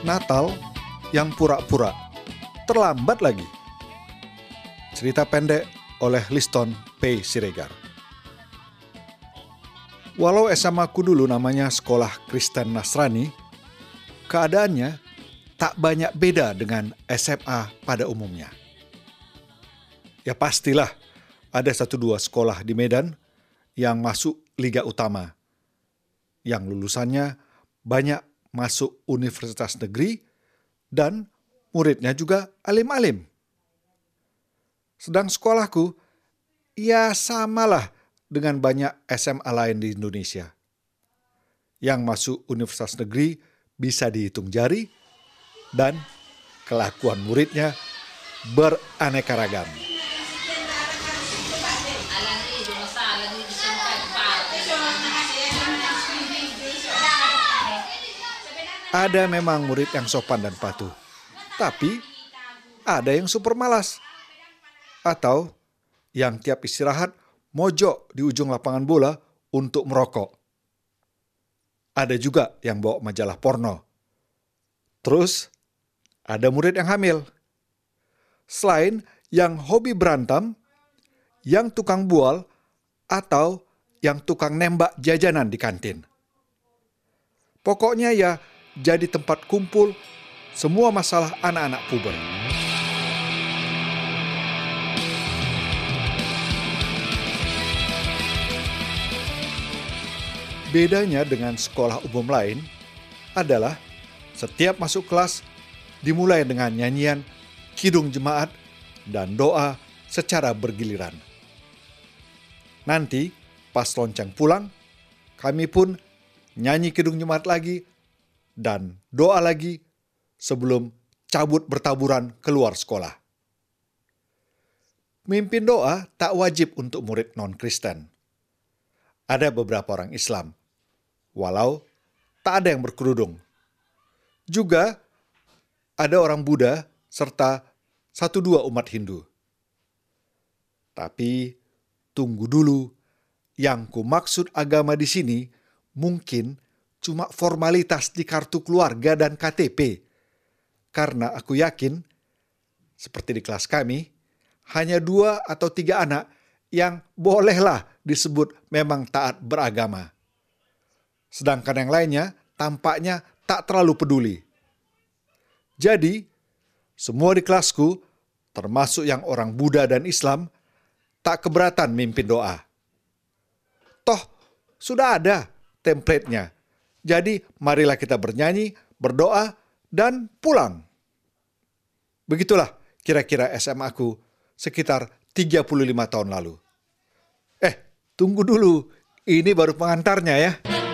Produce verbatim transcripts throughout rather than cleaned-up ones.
Natal yang pura-pura, terlambat lagi. Cerita pendek oleh Liston P. Siregar. Walau S M A ku dulu namanya Sekolah Kristen Nasrani, keadaannya tak banyak beda dengan S M A pada umumnya. Ya pastilah ada satu dua sekolah di Medan yang masuk Liga Utama, yang lulusannya banyak masuk universitas negeri dan muridnya juga alim-alim. Sedang sekolahku, ya samalah dengan banyak S M A lain di Indonesia. Yang masuk universitas negeri bisa dihitung jari dan kelakuan muridnya beraneka ragam. Ada memang murid yang sopan dan patuh, tapi ada yang super malas. Atau yang tiap istirahat mojok di ujung lapangan bola untuk merokok. Ada juga yang bawa majalah porno. Terus ada murid yang hamil. Selain yang hobi berantem, yang tukang bual, atau yang tukang nembak jajanan di kantin. Pokoknya ya jadi tempat kumpul semua masalah anak-anak puber. Bedanya dengan sekolah umum lain adalah setiap masuk kelas dimulai dengan nyanyian kidung jemaat dan doa secara bergiliran. Nanti pas lonceng pulang, kami pun nyanyi kidung jemaat lagi dan doa lagi sebelum cabut bertaburan keluar sekolah. Mimpin doa tak wajib untuk murid non-Kristen. Ada beberapa orang Islam, walau tak ada yang berkerudung. Juga ada orang Buddha serta satu dua umat Hindu. Tapi tunggu dulu, yang ku maksud agama di sini mungkin cuma formalitas di kartu keluarga dan K T P. Karena aku yakin, seperti di kelas kami, hanya dua atau tiga anak yang bolehlah disebut memang taat beragama. Sedangkan yang lainnya tampaknya tak terlalu peduli. Jadi, semua di kelasku, termasuk yang orang Buddha dan Islam, tak keberatan mimpin doa. Toh, sudah ada template-nya. Jadi, marilah kita bernyanyi, berdoa, dan pulang. Begitulah kira-kira S M A-ku sekitar tiga puluh lima tahun lalu. Eh, tunggu dulu. Ini baru pengantarnya ya.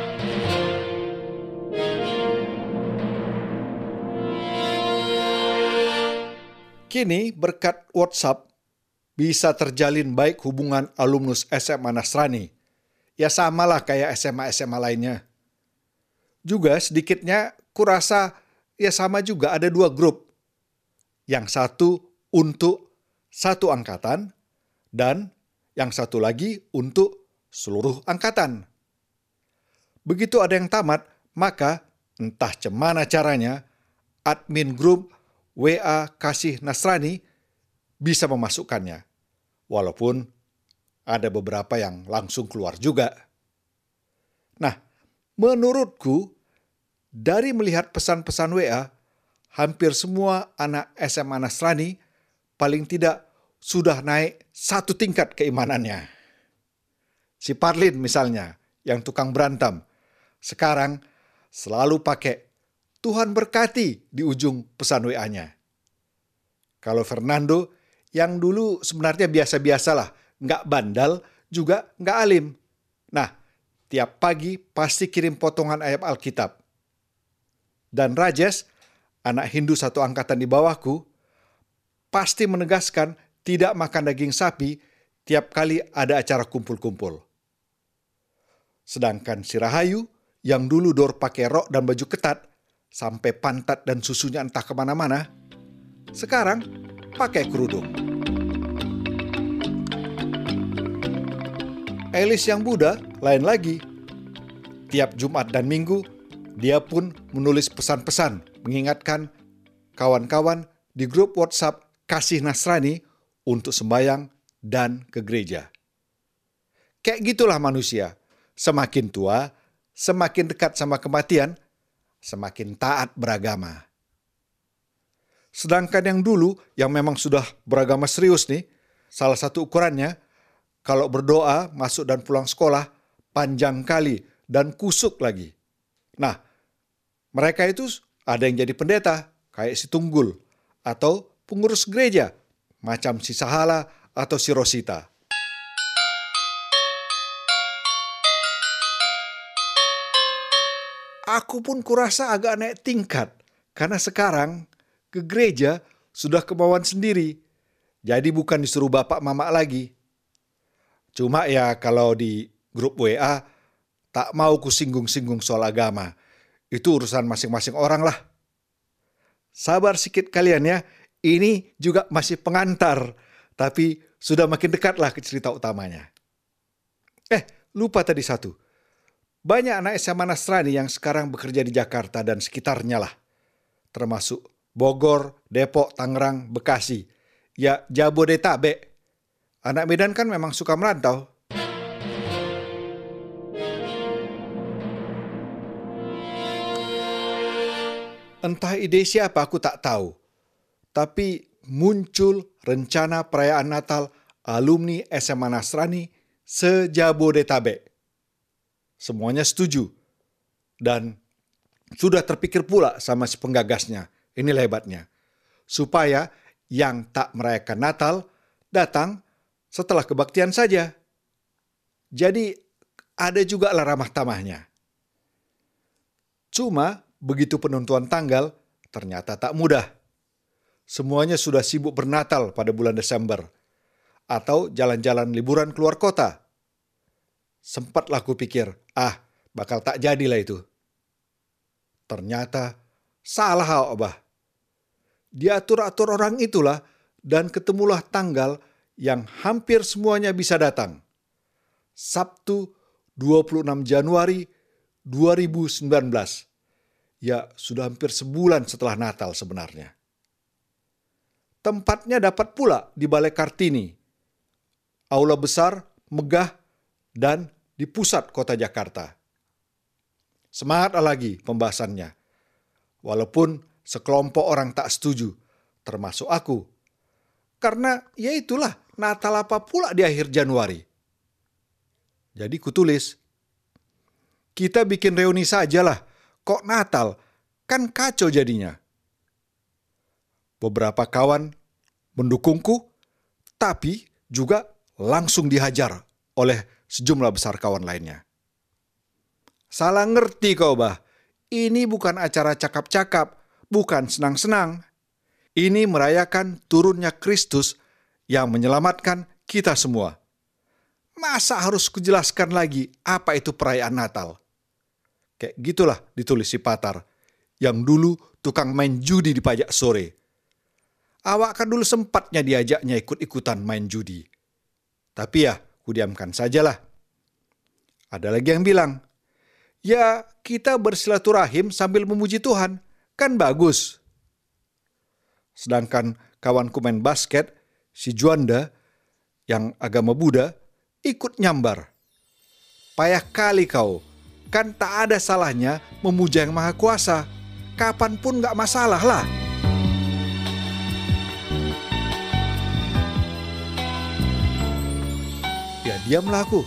Kini berkat WhatsApp bisa terjalin baik hubungan alumnus S M A Nasrani. Ya samalah kayak S M A-S M A lainnya. Juga sedikitnya kurasa ya sama juga ada dua grup. Yang satu untuk satu angkatan dan yang satu lagi untuk seluruh angkatan. Begitu ada yang tamat, maka entah cemana caranya admin grup W A Kasih Nasrani bisa memasukkannya. Walaupun ada beberapa yang langsung keluar juga. Nah, menurutku dari melihat pesan-pesan W A, hampir semua anak S M A Nasrani paling tidak sudah naik satu tingkat keimanannya. Si Parlin misalnya, yang tukang berantem, sekarang selalu pakai Tuhan berkati di ujung pesan W A-nya. Kalau Fernando, yang dulu sebenarnya biasa-biasalah, nggak bandal, juga nggak alim. Nah, tiap pagi pasti kirim potongan ayat Alkitab. Dan Rajesh, anak Hindu satu angkatan di bawahku, pasti menegaskan tidak makan daging sapi tiap kali ada acara kumpul-kumpul. Sedangkan si Rahayu, yang dulu Dor pakai rok dan baju ketat, sampai pantat dan susunya entah kemana-mana, sekarang pakai kerudung. Elis yang Buddha lain lagi. Tiap Jumat dan Minggu, Dia pun menulis pesan-pesan mengingatkan kawan-kawan di grup WhatsApp Kasih Nasrani untuk sembahyang dan ke gereja. Kayak gitulah manusia. Semakin tua, semakin dekat sama kematian, semakin taat beragama. Sedangkan yang dulu, yang memang sudah beragama serius nih, salah satu ukurannya, kalau berdoa, masuk dan pulang sekolah, panjang kali dan kusuk lagi. Nah, mereka itu ada yang jadi pendeta, kayak si Tunggul, atau pengurus gereja, macam si Sahala atau si Rosita. Aku pun kurasa agak naik tingkat, karena sekarang ke gereja sudah kemauan sendiri, jadi bukan disuruh bapak mama lagi. Cuma ya kalau di grup W A, tak mau ku singgung-singgung soal agama. Itu urusan masing-masing orang lah. Sabar sikit kalian ya, ini juga masih pengantar, tapi sudah makin dekat lah ke cerita utamanya. Eh, lupa tadi satu. Banyak anak S M A Nasrani yang sekarang bekerja di Jakarta dan sekitarnya lah. Termasuk Bogor, Depok, Tangerang, Bekasi. Ya, Jabodetabek. Anak Medan kan memang suka merantau. Entah ide siapa aku tak tahu. Tapi muncul rencana perayaan Natal alumni S M A Nasrani se-Jabodetabek. Semuanya setuju. Dan sudah terpikir pula sama si penggagasnya. Inilah hebatnya. Supaya yang tak merayakan Natal datang setelah kebaktian saja. Jadi ada juga lah ramah tamahnya. Cuma begitu penentuan tanggal ternyata tak mudah. Semuanya sudah sibuk bernatal pada bulan Desember. Atau jalan-jalan liburan keluar kota. Sempatlah ku pikir, ah bakal tak jadilah itu. Ternyata salah Abah. Diatur-atur orang itulah dan ketemulah tanggal yang hampir semuanya bisa datang. Sabtu dua puluh enam Januari dua ribu sembilan belas. Ya sudah hampir sebulan setelah Natal sebenarnya. Tempatnya dapat pula di Balai Kartini. Aula besar, megah, dan di pusat kota Jakarta. Semangatlah lagi pembahasannya. Walaupun sekelompok orang tak setuju, termasuk aku. Karena ya itulah, Natal apa pula di akhir Januari. Jadi kutulis, kita bikin reuni sajalah, kok Natal, kan kacau jadinya. Beberapa kawan mendukungku, tapi juga langsung dihajar oleh sejumlah besar kawan lainnya. Salah ngerti kau bah, ini bukan acara cakap-cakap, bukan senang-senang. Ini merayakan turunnya Kristus yang menyelamatkan kita semua. Masa harus kujelaskan lagi apa itu perayaan Natal? Kayak gitulah ditulis si Patar, yang dulu tukang main judi di pajak sore. Awak kan dulu sempatnya diajaknya ikut-ikutan main judi. Tapi ya, kudiamkan sajalah. Ada lagi yang bilang, ya kita bersilaturahim sambil memuji Tuhan, kan bagus. Sedangkan kawanku main basket, si Juanda, yang agama Buddha, ikut nyambar. Payah kali kau, kan tak ada salahnya memuja yang Maha Kuasa. Kapanpun gak masalah lah. Ya diamlah aku.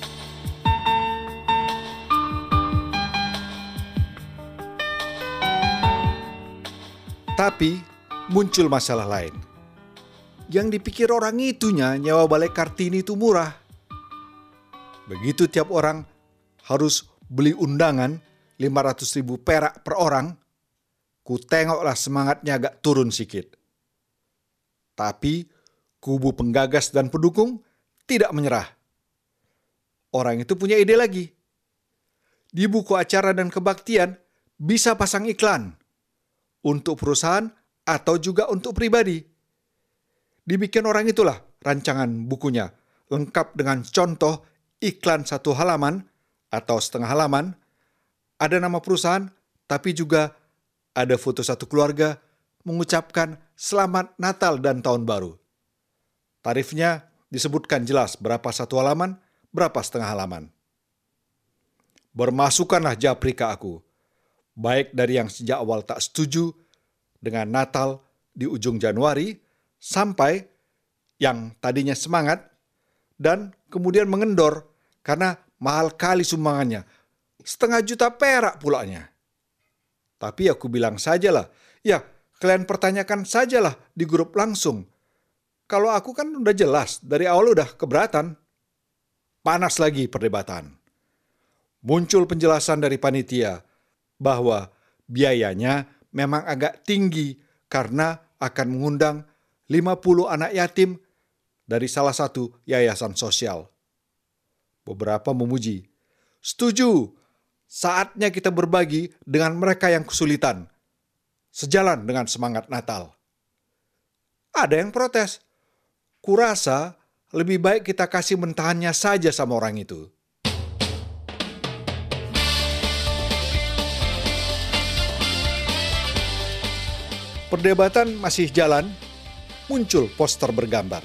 Tapi muncul masalah lain. Yang dipikir orang itunya nyawa Balai Kartini itu murah. Begitu tiap orang harus beli undangan lima ratus ribu perak per orang, ku tengoklah semangatnya agak turun sikit. Tapi kubu penggagas dan pendukung tidak menyerah. Orang itu punya ide lagi. Di buku acara dan kebaktian bisa pasang iklan untuk perusahaan atau juga untuk pribadi. Dibikin orang itulah rancangan bukunya, lengkap dengan contoh iklan satu halaman atau setengah halaman, Ada nama perusahaan, tapi juga ada foto satu keluarga mengucapkan Selamat Natal dan Tahun Baru. Tarifnya disebutkan jelas berapa satu halaman, berapa setengah halaman. Bermasukanlah japri ke aku, baik dari yang sejak awal tak setuju dengan Natal di ujung Januari, sampai yang tadinya semangat dan kemudian mengendor karena mahal kali sumbangannya, setengah juta perak pulanya. Tapi aku bilang sajalah, ya kalian pertanyakan sajalah di grup langsung. Kalau aku kan udah jelas, dari awal udah keberatan. Panas lagi perdebatan. Muncul penjelasan dari panitia bahwa biayanya memang agak tinggi karena akan mengundang lima puluh anak yatim dari salah satu yayasan sosial. Beberapa memuji, setuju, saatnya kita berbagi dengan mereka yang kesulitan, sejalan dengan semangat Natal. Ada yang protes, kurasa lebih baik kita kasih mentahannya saja sama orang itu. Perdebatan masih jalan, muncul poster bergambar.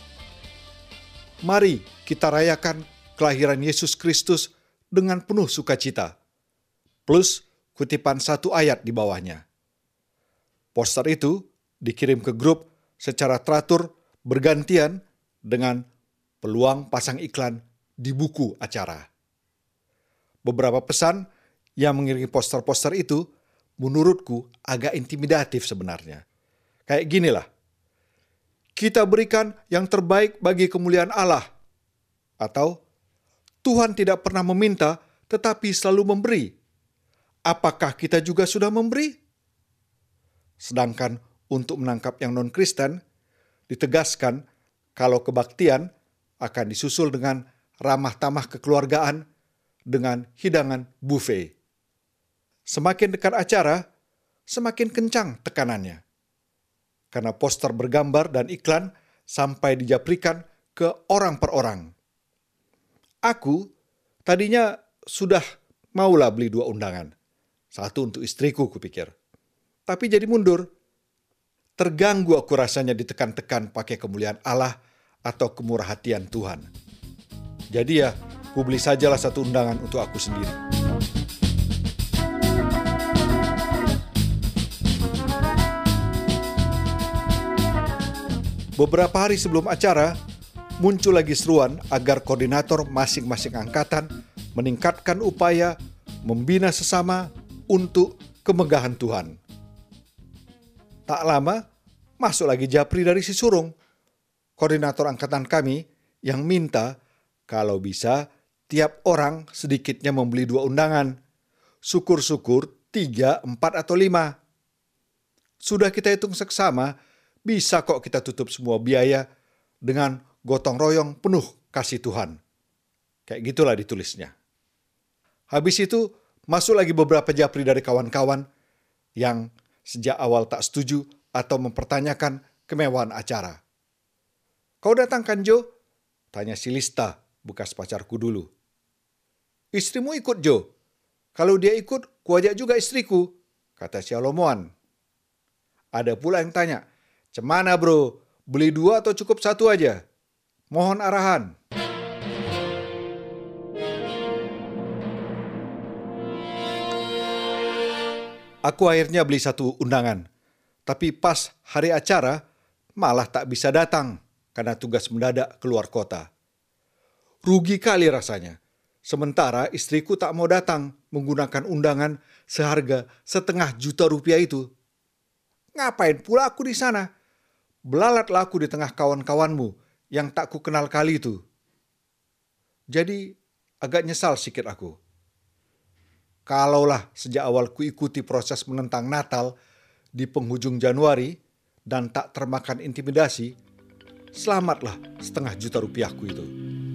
Mari kita rayakan kelahiran Yesus Kristus dengan penuh sukacita, plus kutipan satu ayat di bawahnya. Poster itu dikirim ke grup secara teratur bergantian dengan peluang pasang iklan di buku acara. Beberapa pesan yang mengiringi poster-poster itu menurutku agak intimidatif sebenarnya. Kayak ginilah, kita berikan yang terbaik bagi kemuliaan Allah. Atau, Tuhan tidak pernah meminta tetapi selalu memberi. Apakah kita juga sudah memberi? Sedangkan untuk menangkap yang non-Kristen, ditegaskan kalau kebaktian akan disusul dengan ramah tamah kekeluargaan dengan hidangan buffet. Semakin dekat acara, semakin kencang tekanannya. Karena poster bergambar dan iklan sampai dijaprikan ke orang per orang. Aku tadinya sudah maulah beli dua undangan. Satu untuk istriku, kupikir. Tapi jadi mundur. Terganggu aku rasanya ditekan-tekan pakai kemuliaan Allah atau kemurahhatian Tuhan. Jadi ya, ku beli sajalah satu undangan untuk aku sendiri. Beberapa hari sebelum acara, muncul lagi seruan agar koordinator masing-masing angkatan meningkatkan upaya membina sesama untuk kemegahan Tuhan. Tak lama, masuk lagi japri dari si Surung, koordinator angkatan kami yang minta kalau bisa tiap orang sedikitnya membeli dua undangan. Syukur-syukur tiga, empat, atau lima. Sudah kita hitung seksama, bisa kok kita tutup semua biaya dengan gotong royong penuh kasih Tuhan. Kayak gitulah ditulisnya. Habis itu masuk lagi beberapa japri dari kawan-kawan yang sejak awal tak setuju atau mempertanyakan kemewahan acara. Kau datang kan Jo? Tanya si Lista, bekas pacarku dulu. Istrimu ikut Jo? Kalau dia ikut, ku ajak juga istriku, kata si Alomoan. Ada pula yang tanya, cemana bro, beli dua atau cukup satu aja? Mohon arahan. Aku akhirnya beli satu undangan. Tapi pas hari acara, malah tak bisa datang karena tugas mendadak keluar kota. Rugi kali rasanya. Sementara istriku tak mau datang menggunakan undangan seharga setengah juta rupiah itu. Ngapain pula aku di sana? Belalatlah aku di tengah kawan-kawanmu yang tak ku kenal kali itu. Jadi agak nyesal sikit aku. Kalaulah sejak awal ku ikuti proses menentang Natal di penghujung Januari dan tak termakan intimidasi, selamatlah setengah juta rupiahku itu.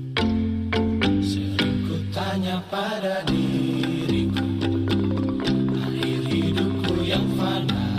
Sering ku tanya pada diriku, akhir hidupku yang fana,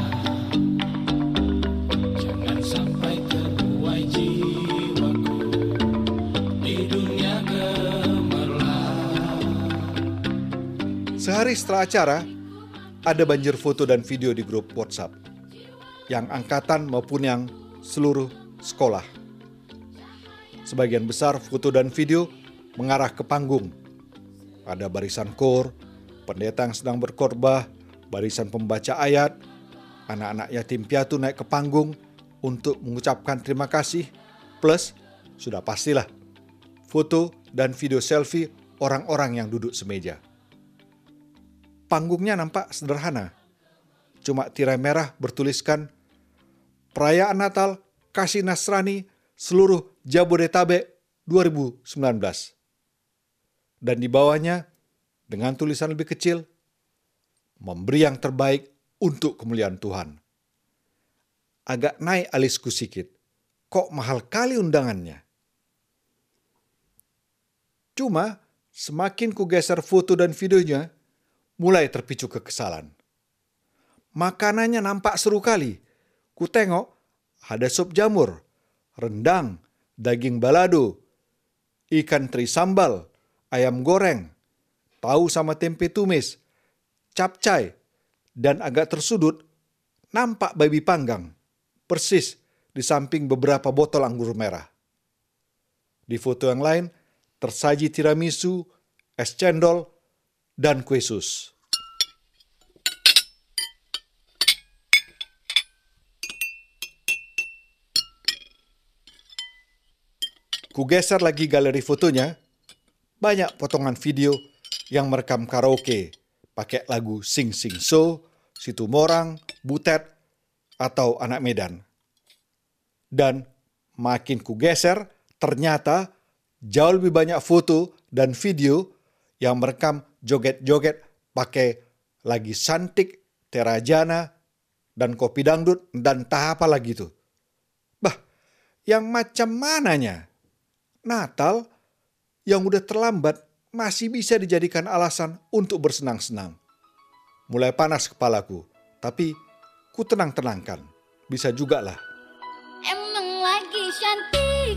jangan sampai terbuai jiwaku di dunia gemerlap. Sehari setelah acara, ada banjir foto dan video di grup WhatsApp, yang angkatan maupun yang seluruh sekolah. Sebagian besar foto dan video mengarah ke panggung. Ada barisan kor, pendeta yang sedang berkhotbah, barisan pembaca ayat, anak-anak yatim piatu naik ke panggung untuk mengucapkan terima kasih, plus sudah pastilah foto dan video selfie orang-orang yang duduk semeja. Panggungnya nampak sederhana, cuma tirai merah bertuliskan Perayaan Natal Kasih Nasrani seluruh Jabodetabek dua ribu sembilan belas. Dan di bawahnya dengan tulisan lebih kecil, memberi yang terbaik untuk kemuliaan Tuhan. Agak naik alisku sikit, kok mahal kali undangannya. Cuma semakin ku geser foto dan videonya, mulai terpicu kekesalan. Makanannya nampak seru kali. Ku tengok ada sup jamur, rendang, daging balado, ikan teri sambal, ayam goreng, tahu sama tempe tumis, capcay, dan agak tersudut nampak babi panggang, persis di samping beberapa botol anggur merah. Di foto yang lain tersaji tiramisu, es cendol, dan kue sus. Ku geser lagi galeri fotonya, banyak potongan video yang merekam karaoke, pakai lagu Sing Sing So, Situ Morang, Butet, atau Anak Medan. Dan makin ku geser, ternyata jauh lebih banyak foto dan video yang merekam joget-joget pakai lagi Santik, Terajana, dan Kopi Dangdut, dan tak apa lagi tuh. Bah, yang macam mananya? Natal yang udah terlambat masih bisa dijadikan alasan untuk bersenang-senang. Mulai panas kepalaku, tapi ku tenang-tenangkan. Bisa juga lah. Emang lagi cantik.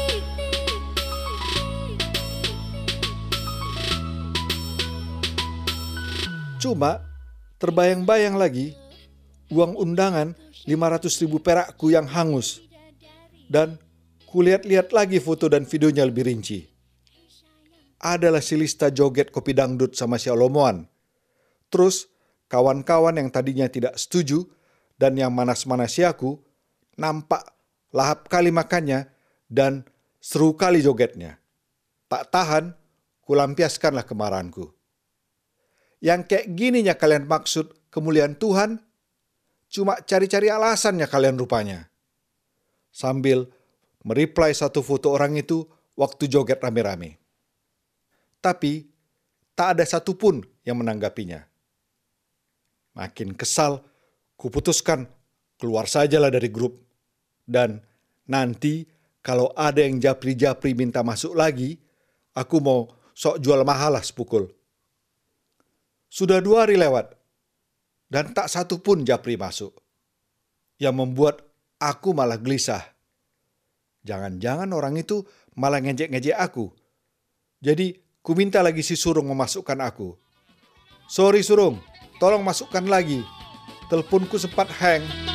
Cuma terbayang-bayang lagi uang undangan lima ratus ribu perakku yang hangus. Dan kulihat-lihat lagi foto dan videonya lebih rinci. Adalah si Lista joget Kopi Dangdut sama si Olomoan. Terus kawan-kawan yang tadinya tidak setuju dan yang manas-manasi aku, nampak lahap kali makannya dan seru kali jogetnya. Tak tahan, kulampiaskanlah kemarahanku. Yang kayak gininya kalian maksud kemuliaan Tuhan? Cuma cari-cari alasannya kalian rupanya. Sambil mereply satu foto orang itu waktu joget rame-rame. Tapi tak ada satupun yang menanggapinya. Makin kesal, kuputuskan keluar sajalah dari grup. Dan nanti kalau ada yang japri-japri minta masuk lagi, aku mau sok jual mahal lah sepukul. Sudah dua hari lewat, dan tak satupun japri masuk. Yang membuat aku malah gelisah. Jangan-jangan orang itu malah ngejek-ngejek aku. Jadi, ku minta lagi si Surung memasukkan aku. Sorry Surung, tolong masukkan lagi. Teleponku sempat hang.